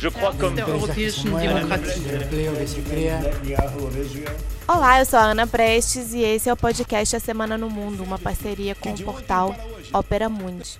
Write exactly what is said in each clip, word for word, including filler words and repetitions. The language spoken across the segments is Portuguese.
Je crois comme der europäischen Demokratie. Olá, eu sou a Ana Prestes e esse é o podcast A Semana no Mundo, uma parceria com o portal Opera Mundi.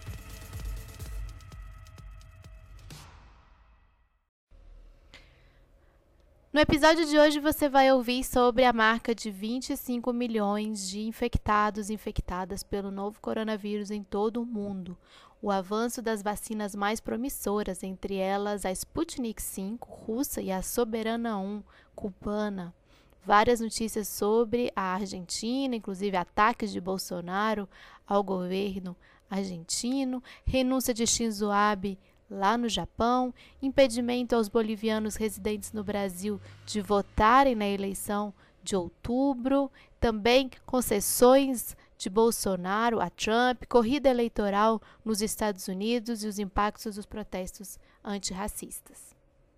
No episódio de hoje você vai ouvir sobre a marca de vinte e cinco milhões de infectados e infectadas pelo novo coronavírus em todo o mundo, o avanço das vacinas mais promissoras, entre elas a Sputnik cinco, russa, e a Soberana um, cubana. Várias notícias sobre a Argentina, inclusive ataques de Bolsonaro ao governo argentino, renúncia de Shinzo Abe lá no Japão, impedimento aos bolivianos residentes no Brasil de votarem na eleição de outubro, também concessões de Bolsonaro a Trump, corrida eleitoral nos Estados Unidos e os impactos dos protestos antirracistas.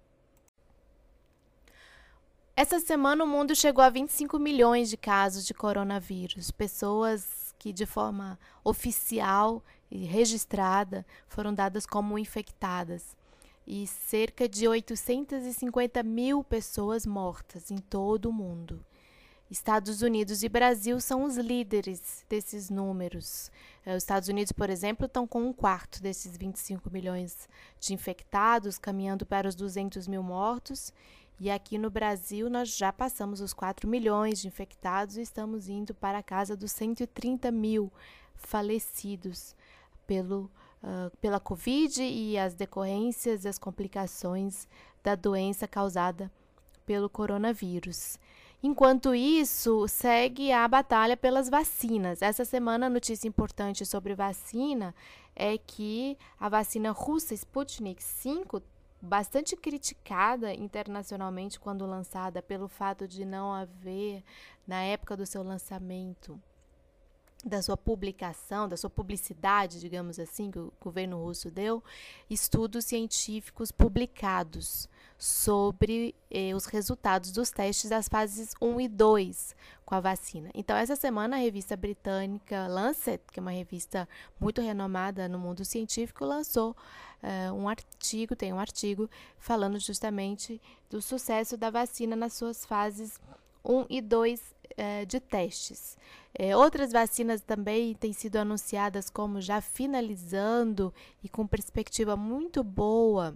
Essa semana o mundo chegou a vinte e cinco milhões de casos de coronavírus, pessoas que de forma oficial e registrada foram dadas como infectadas, e cerca de oitocentas e cinquenta mil pessoas mortas em todo o mundo. Estados Unidos e Brasil são os líderes desses números. Os Estados Unidos, por exemplo, estão com um quarto desses vinte e cinco milhões de infectados, caminhando para os duzentos mil mortos. E aqui no Brasil nós já passamos os quatro milhões de infectados e estamos indo para a casa dos cento e trinta mil falecidos pelo, uh, pela Covid e as decorrências e as complicações da doença causada pelo coronavírus. Enquanto isso, segue a batalha pelas vacinas. Essa semana, a notícia importante sobre vacina é que a vacina russa Sputnik cinco, bastante criticada internacionalmente quando lançada pelo fato de não haver, na época do seu lançamento, da sua publicação, da sua publicidade, digamos assim, que o governo russo deu, estudos científicos publicados sobre eh, os resultados dos testes das fases um e dois com a vacina. Então, essa semana, a revista britânica Lancet, que é uma revista muito renomada no mundo científico, lançou uh, um artigo, tem um artigo falando justamente do sucesso da vacina nas suas fases um e dois uh, de testes. É, outras vacinas também têm sido anunciadas como já finalizando e com perspectiva muito boa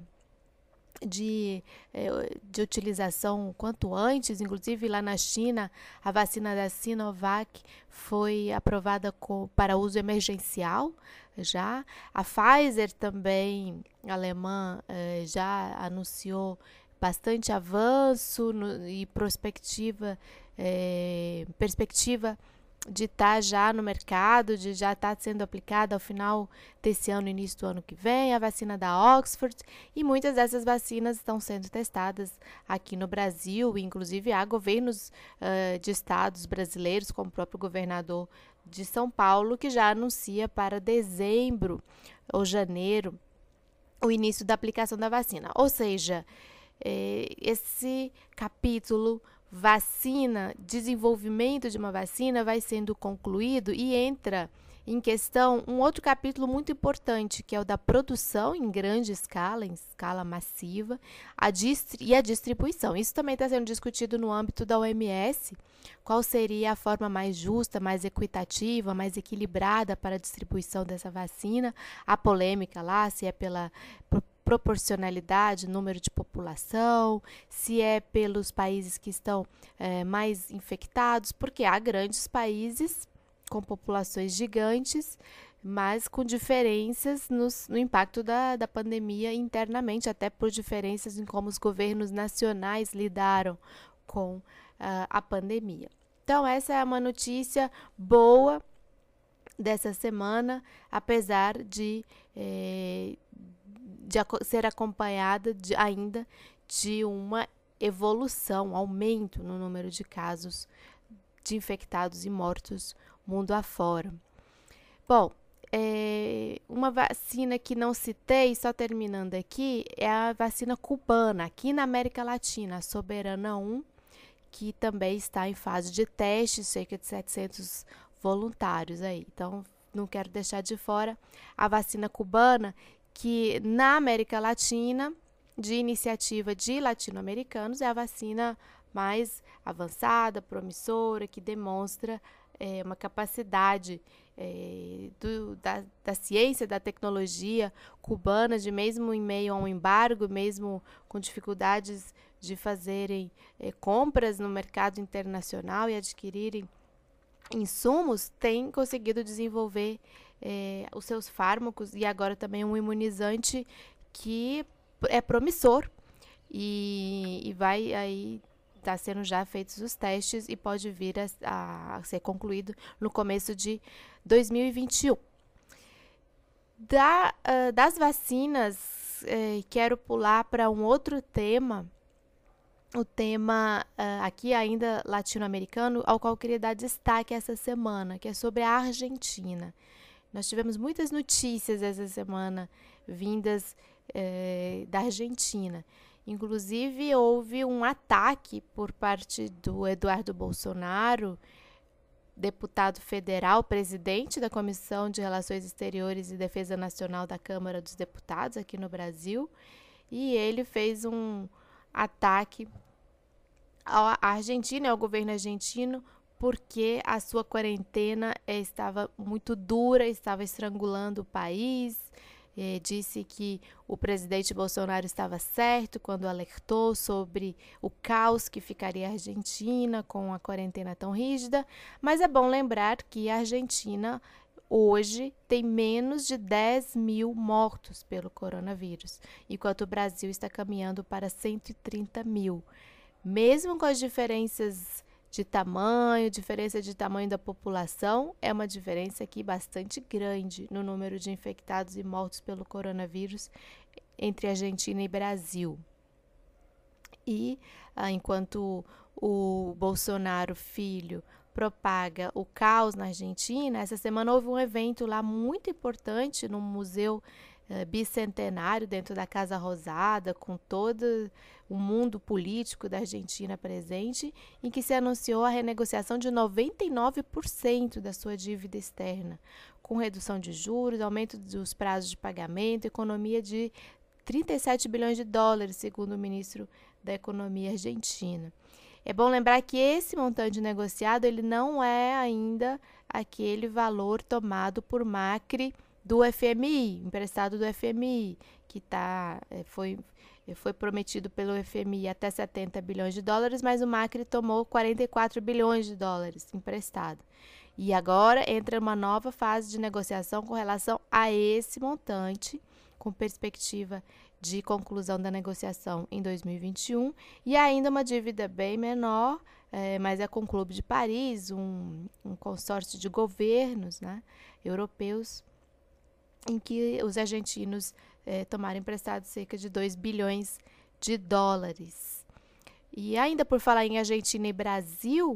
de, de utilização quanto antes. Inclusive lá na China, a vacina da Sinovac foi aprovada com, para uso emergencial já. A Pfizer também, alemã, eh, já anunciou bastante avanço no, e perspectiva, eh, perspectiva de estar já no mercado, de já estar sendo aplicada ao final desse ano, início do ano que vem, a vacina da Oxford, e muitas dessas vacinas estão sendo testadas aqui no Brasil, inclusive há governos uh, de estados brasileiros, como o próprio governador de São Paulo, que já anuncia para dezembro ou janeiro o início da aplicação da vacina. Ou seja, eh, esse capítulo vacina, desenvolvimento de uma vacina vai sendo concluído e entra em questão um outro capítulo muito importante, que é o da produção em grande escala, em escala massiva, a distri- e a distribuição. Isso também está sendo discutido no âmbito da O M S, qual seria a forma mais justa, mais equitativa, mais equilibrada para a distribuição dessa vacina. A polêmica lá, se é pela proporcionalidade, número de população, se é pelos países que estão é, mais infectados, porque há grandes países com populações gigantes, mas com diferenças nos, no impacto da, da pandemia internamente, até por diferenças em como os governos nacionais lidaram com uh, a pandemia. Então, essa é uma notícia boa dessa semana, apesar de eh, de ser acompanhada de, ainda de uma evolução, um aumento no número de casos de infectados e mortos mundo afora. Bom, é, uma vacina que não citei, só terminando aqui, é a vacina cubana, aqui na América Latina, a Soberana um, que também está em fase de teste, cerca de setecentos voluntários aí. Então, não quero deixar de fora a vacina cubana, que na América Latina de iniciativa de latino-americanos, é a vacina mais avançada, promissora, que demonstra é, uma capacidade é, do, da, da ciência, da tecnologia cubana, de mesmo em meio a um embargo, mesmo com dificuldades de fazerem é, compras no mercado internacional e adquirirem insumos, tem conseguido desenvolver é, os seus fármacos e agora também um imunizante que é promissor e, e vai aí está sendo já feitos os testes e pode vir a, a ser concluído no começo de dois mil e vinte e um. Da, uh, das vacinas, eh, quero pular para um outro tema, o tema uh, aqui ainda latino-americano, ao qual eu queria dar destaque essa semana, que é sobre a Argentina. Nós tivemos muitas notícias essa semana vindas eh, da Argentina. Inclusive, houve um ataque por parte do Eduardo Bolsonaro, deputado federal, presidente da Comissão de Relações Exteriores e Defesa Nacional da Câmara dos Deputados aqui no Brasil, e ele fez um ataque à Argentina, ao governo argentino, porque a sua quarentena estava muito dura, estava estrangulando o país. Eh, disse que o presidente Bolsonaro estava certo quando alertou sobre o caos que ficaria a Argentina com a quarentena tão rígida, mas é bom lembrar que a Argentina hoje tem menos de dez mil mortos pelo coronavírus, enquanto o Brasil está caminhando para cento e trinta mil. Mesmo com as diferenças de tamanho, diferença de tamanho da população, é uma diferença aqui bastante grande no número de infectados e mortos pelo coronavírus entre Argentina e Brasil. E ah, enquanto o Bolsonaro filho propaga o caos na Argentina, essa semana houve um evento lá muito importante no Museu eh, Bicentenário, dentro da Casa Rosada, com todo o mundo político da Argentina presente, em que se anunciou a renegociação de noventa e nove por cento da sua dívida externa, com redução de juros, aumento dos prazos de pagamento, economia de trinta e sete bilhões de dólares, segundo o ministro da Economia argentina. É bom lembrar que esse montante negociado ele não é ainda aquele valor tomado por Macri do F M I, emprestado do F M I, que tá, foi, foi prometido pelo F M I até setenta bilhões de dólares, mas o Macri tomou quarenta e quatro bilhões de dólares emprestado. E agora entra uma nova fase de negociação com relação a esse montante, com perspectiva de conclusão da negociação em dois mil e vinte e um, e ainda uma dívida bem menor, é, mas é com o Clube de Paris, um, um consórcio de governos, né, europeus, em que os argentinos é, tomaram emprestado cerca de dois bilhões de dólares. E ainda por falar em Argentina e Brasil,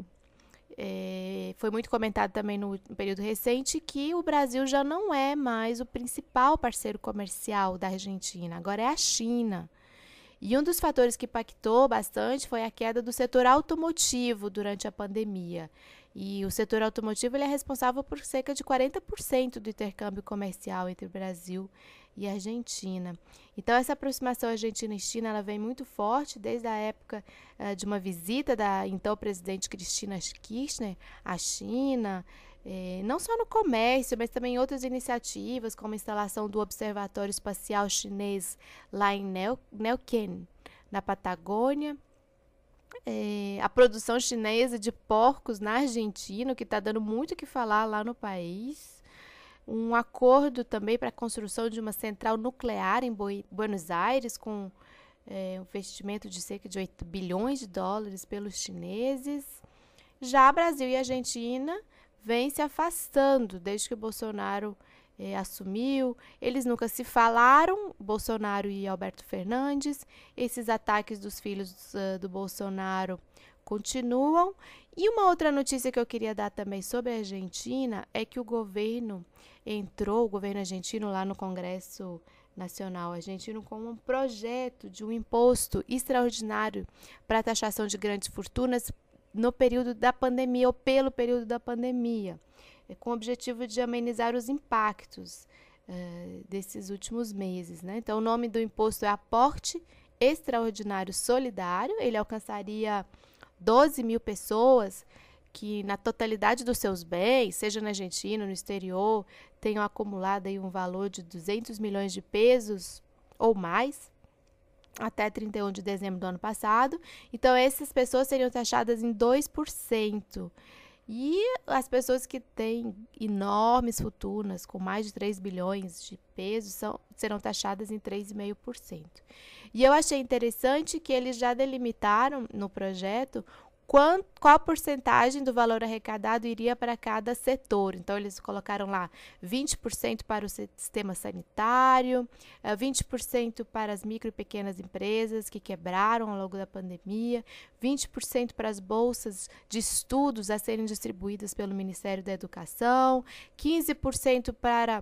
É, foi muito comentado também no, no período recente que o Brasil já não é mais o principal parceiro comercial da Argentina, agora é a China. E um dos fatores que impactou bastante foi a queda do setor automotivo durante a pandemia. E o setor automotivo ele é responsável por cerca de quarenta por cento do intercâmbio comercial entre o Brasil e a Argentina. Então, essa aproximação Argentina e China ela vem muito forte desde a época uh, de uma visita da então presidente Cristina Kirchner à China, eh, não só no comércio, mas também em outras iniciativas, como a instalação do Observatório Espacial Chinês lá em Neuquén, na Patagônia. É, a produção chinesa de porcos na Argentina, que está dando muito o que falar lá no país. Um acordo também para a construção de uma central nuclear em Buenos Aires, com é, um investimento de cerca de oito bilhões de dólares pelos chineses. Já Brasil e Argentina vêm se afastando desde que o Bolsonaro É, assumiu, eles nunca se falaram, Bolsonaro e Alberto Fernandes, esses ataques dos filhos uh, do Bolsonaro continuam. E uma outra notícia que eu queria dar também sobre a Argentina é que o governo entrou, o governo argentino lá no Congresso Nacional Argentino com um projeto de um imposto extraordinário para a taxação de grandes fortunas no período da pandemia ou pelo período da pandemia, com o objetivo de amenizar os impactos uh, desses últimos meses, né? Então, o nome do imposto é Aporte extraordinário solidário, ele alcançaria doze mil pessoas que, na totalidade dos seus bens, seja na Argentina, no exterior, tenham acumulado aí um valor de duzentos milhões de pesos ou mais, até trinta e um de dezembro do ano passado. Então, essas pessoas seriam taxadas em dois por cento. E as pessoas que têm enormes fortunas, com mais de três bilhões de pesos, são, serão taxadas em três vírgula cinco por cento. E eu achei interessante que eles já delimitaram no projeto qual, qual porcentagem do valor arrecadado iria para cada setor. Então, eles colocaram lá vinte por cento para o sistema sanitário, vinte por cento para as micro e pequenas empresas que quebraram ao longo da pandemia, vinte por cento para as bolsas de estudos a serem distribuídas pelo Ministério da Educação, quinze por cento para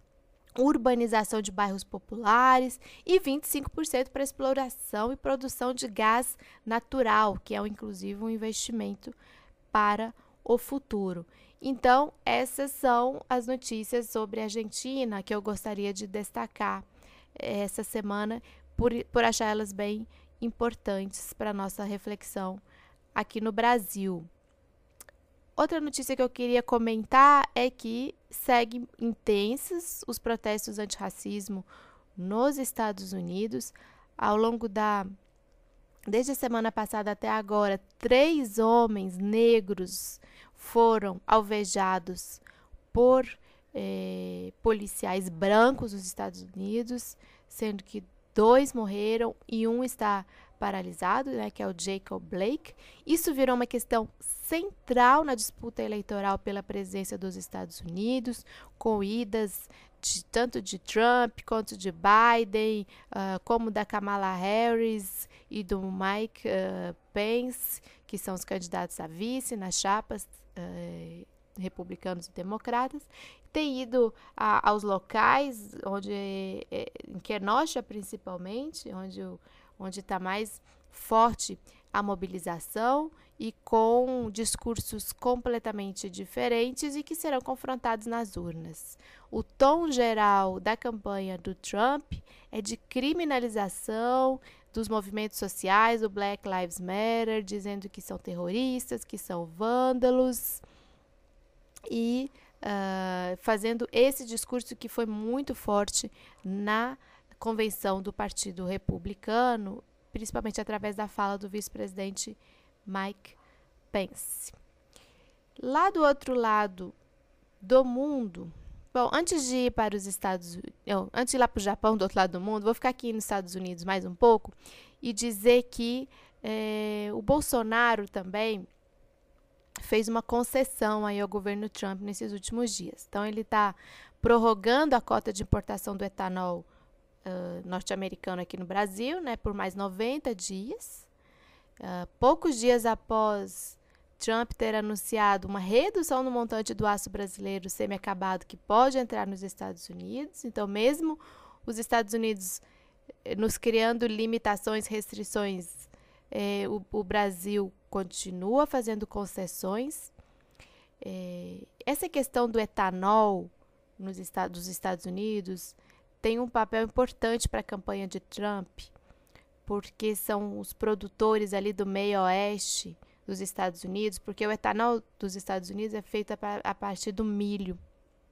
urbanização de bairros populares e vinte e cinco por cento para exploração e produção de gás natural, que é inclusive um investimento para o futuro. Então, essas são as notícias sobre a Argentina que eu gostaria de destacar essa semana, por, por achar elas bem importantes para a nossa reflexão aqui no Brasil. Outra notícia que eu queria comentar é que seguem intensos os protestos antirracismo nos Estados Unidos. Ao longo da... Desde a semana passada até agora, três homens negros foram alvejados por eh, policiais brancos dos Estados Unidos, sendo que dois morreram e um está paralisado, né, que é o Jacob Blake. Isso virou uma questão central na disputa eleitoral pela presidência dos Estados Unidos, com idas de, tanto de Trump quanto de Biden, uh, como da Kamala Harris e do Mike uh, Pence, que são os candidatos a vice nas chapas uh, republicanos e democratas. Tem ido a, aos locais, onde, em Kenosha principalmente, onde o onde está mais forte a mobilização e com discursos completamente diferentes e que serão confrontados nas urnas. O tom geral da campanha do Trump é de criminalização dos movimentos sociais, o Black Lives Matter, dizendo que são terroristas, que são vândalos, e uh, fazendo esse discurso que foi muito forte na convenção do Partido Republicano, principalmente através da fala do vice-presidente Mike Pence. Lá do outro lado do mundo, bom, antes de ir para os Estados Unidos, antes de ir lá para o Japão, do outro lado do mundo, vou ficar aqui nos Estados Unidos mais um pouco e dizer que é, o Bolsonaro também fez uma concessão aí ao governo Trump nesses últimos dias. Então, ele está prorrogando a cota de importação do etanol Uh, norte-americano aqui no Brasil, né, por mais noventa dias. Uh, poucos dias após Trump ter anunciado uma redução no montante do aço brasileiro semi-acabado que pode entrar nos Estados Unidos. Então, mesmo os Estados Unidos eh, nos criando limitações, restrições, eh, o, o Brasil continua fazendo concessões. Eh, essa questão do etanol nos estados, dos Estados Unidos tem um papel importante para a campanha de Trump, porque são os produtores ali do meio oeste dos Estados Unidos, porque o etanol dos Estados Unidos é feito a partir do milho.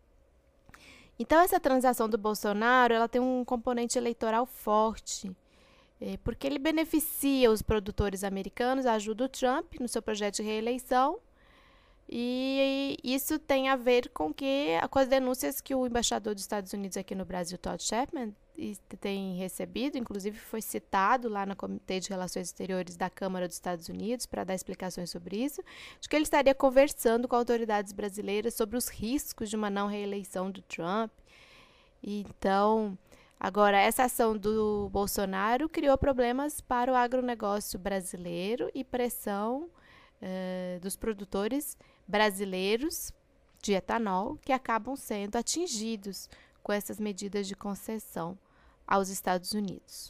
Então, essa transação do Bolsonaro, ela tem um componente eleitoral forte, é, porque ele beneficia os produtores americanos, ajuda o Trump no seu projeto de reeleição, e isso tem a ver com, que, com as denúncias que o embaixador dos Estados Unidos aqui no Brasil, Todd Chapman, tem recebido, inclusive foi citado lá no Comitê de Relações Exteriores da Câmara dos Estados Unidos para dar explicações sobre isso, de que ele estaria conversando com autoridades brasileiras sobre os riscos de uma não reeleição do Trump. Então, agora, essa ação do Bolsonaro criou problemas para o agronegócio brasileiro e pressão uh, dos produtores brasileiros de etanol que acabam sendo atingidos com essas medidas de concessão aos Estados Unidos.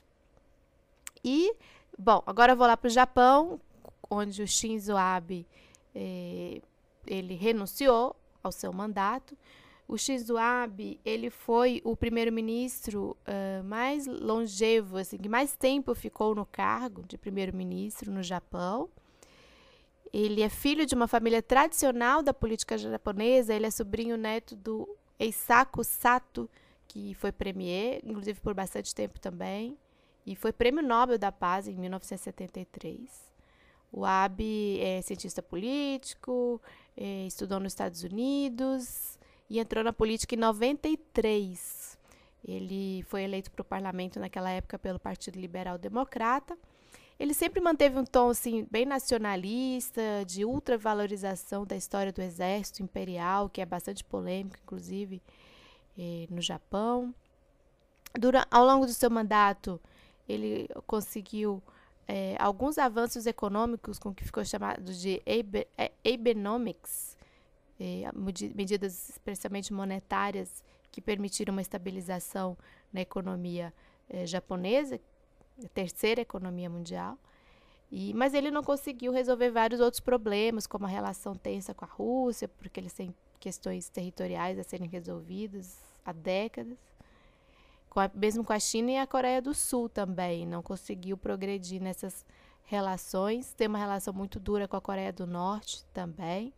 E, bom, agora eu vou lá para o Japão, onde o Shinzo Abe eh, ele renunciou ao seu mandato. O Shinzo Abe, ele foi o primeiro-ministro uh, mais longevo, assim, que mais tempo ficou no cargo de primeiro-ministro no Japão. Ele é filho de uma família tradicional da política japonesa, ele é sobrinho neto do Eisaku Sato, que foi premier, inclusive por bastante tempo também, e foi prêmio Nobel da Paz em mil novecentos e setenta e três. O Abe é cientista político, é, estudou nos Estados Unidos e entrou na política em noventa e três. Ele foi eleito para o parlamento naquela época pelo Partido Liberal Democrata. Ele sempre manteve um tom assim, bem nacionalista, de ultravalorização da história do exército imperial, que é bastante polêmico, inclusive, eh, no Japão. Durante, ao longo do seu mandato, ele conseguiu eh, alguns avanços econômicos com o que ficou chamado de Abenomics, eh, medidas especialmente monetárias que permitiram uma estabilização na economia eh, japonesa, a terceira economia mundial, e, mas ele não conseguiu resolver vários outros problemas, como a relação tensa com a Rússia, porque eles têm questões territoriais a serem resolvidas há décadas, com a, mesmo com a China e a Coreia do Sul também, não conseguiu progredir nessas relações, tem uma relação muito dura com a Coreia do Norte também,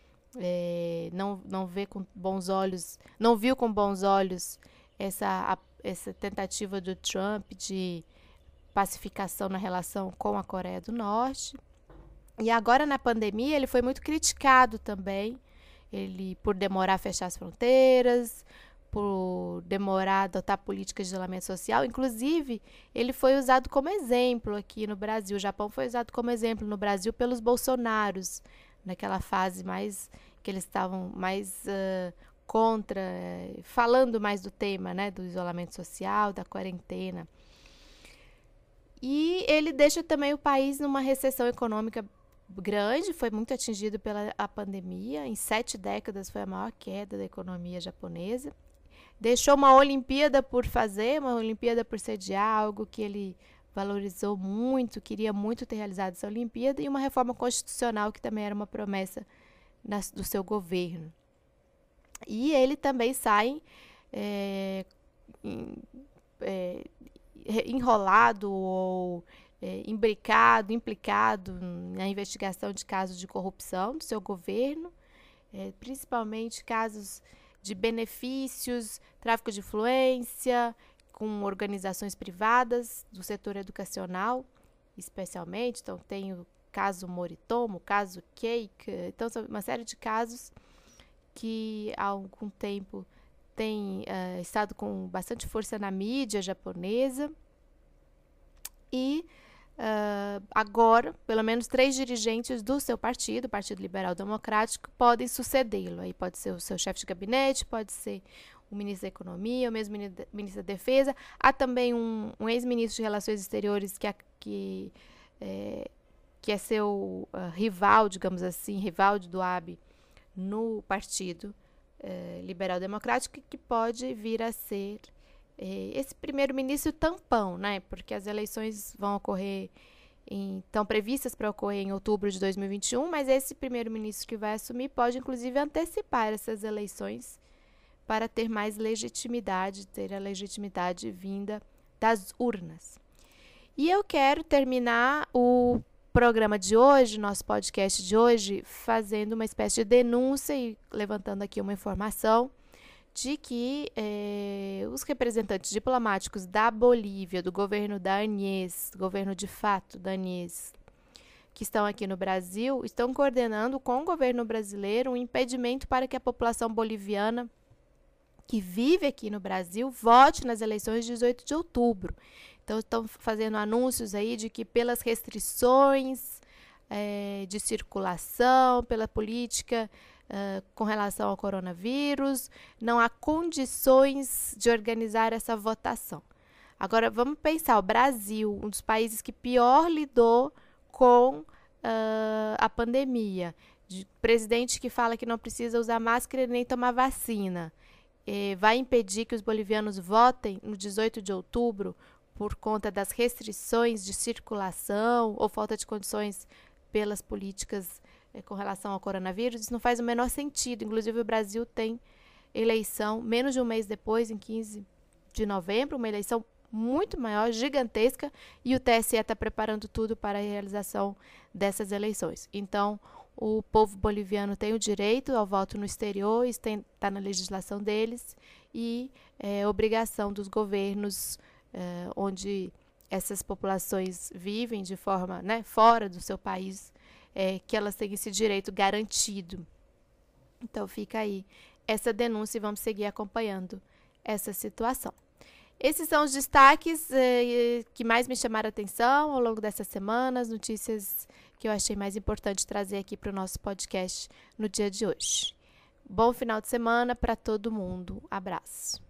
é, não, não vê com bons olhos, não viu com bons olhos essa, a, essa tentativa do Trump de pacificação na relação com a Coreia do Norte. E agora, na pandemia, ele foi muito criticado também, ele, por demorar a fechar as fronteiras, por demorar a adotar políticas de isolamento social. Inclusive, ele foi usado como exemplo aqui no Brasil. O Japão foi usado como exemplo no Brasil pelos bolsonaros, naquela fase mais que eles estavam mais uh, contra, uh, falando mais do tema, né, do isolamento social, da quarentena. E ele deixa também o país numa recessão econômica grande, foi muito atingido pela a pandemia, em sete décadas foi a maior queda da economia japonesa. Deixou uma Olimpíada por fazer, uma Olimpíada por sediar, algo que ele valorizou muito, queria muito ter realizado essa Olimpíada, e uma reforma constitucional que também era uma promessa na, do seu governo. E ele também sai é, em, é, enrolado ou é, imbricado, implicado na investigação de casos de corrupção do seu governo, é, principalmente casos de benefícios, tráfico de influência com organizações privadas do setor educacional, especialmente. Então, tem o caso Moritomo, o caso Cake, então são uma série de casos que há algum tempo tem uh, estado com bastante força na mídia japonesa. E uh, agora, pelo menos três dirigentes do seu partido, o Partido Liberal Democrático, podem sucedê-lo. Aí pode ser o seu chefe de gabinete, pode ser o ministro da Economia, o mesmo ministro da Defesa. Há também um, um ex-ministro de Relações Exteriores que é, que, é, que é seu uh, rival, digamos assim, rival do Abe no partido eh, Liberal Democrático, que pode vir a ser eh, esse primeiro-ministro tampão, né? Porque as eleições vão ocorrer, em, estão previstas para ocorrer em outubro de dois mil e vinte e um, mas esse primeiro-ministro que vai assumir pode, inclusive, antecipar essas eleições para ter mais legitimidade, ter a legitimidade vinda das urnas. E eu quero terminar o programa de hoje, nosso podcast de hoje, fazendo uma espécie de denúncia e levantando aqui uma informação de que eh, os representantes diplomáticos da Bolívia, do governo da Agnès, do governo de fato da Agnès, que estão aqui no Brasil, estão coordenando com o governo brasileiro um impedimento para que a população boliviana que vive aqui no Brasil vote nas eleições de dezoito de outubro. Então, estão fazendo anúncios aí de que pelas restrições é, de circulação, pela política uh, com relação ao coronavírus, não há condições de organizar essa votação. Agora, vamos pensar, o Brasil, um dos países que pior lidou com uh, a pandemia, de presidente que fala que não precisa usar máscara nem tomar vacina, eh, vai impedir que os bolivianos votem no dezoito de outubro por conta das restrições de circulação ou falta de condições pelas políticas eh, com relação ao coronavírus. Isso não faz o menor sentido. Inclusive, o Brasil tem eleição, menos de um mês depois, em quinze de novembro, uma eleição muito maior, gigantesca, e o T S E está preparando tudo para a realização dessas eleições. Então, o povo boliviano tem o direito ao voto no exterior, isso está na legislação deles, e é obrigação dos governos é, onde essas populações vivem de forma, né, fora do seu país, é, que elas tenham esse direito garantido. Então, fica aí essa denúncia e vamos seguir acompanhando essa situação. Esses são os destaques eh, que mais me chamaram a atenção ao longo dessa semana, as notícias que eu achei mais importante trazer aqui para o nosso podcast no dia de hoje. Bom final de semana para todo mundo. Abraço.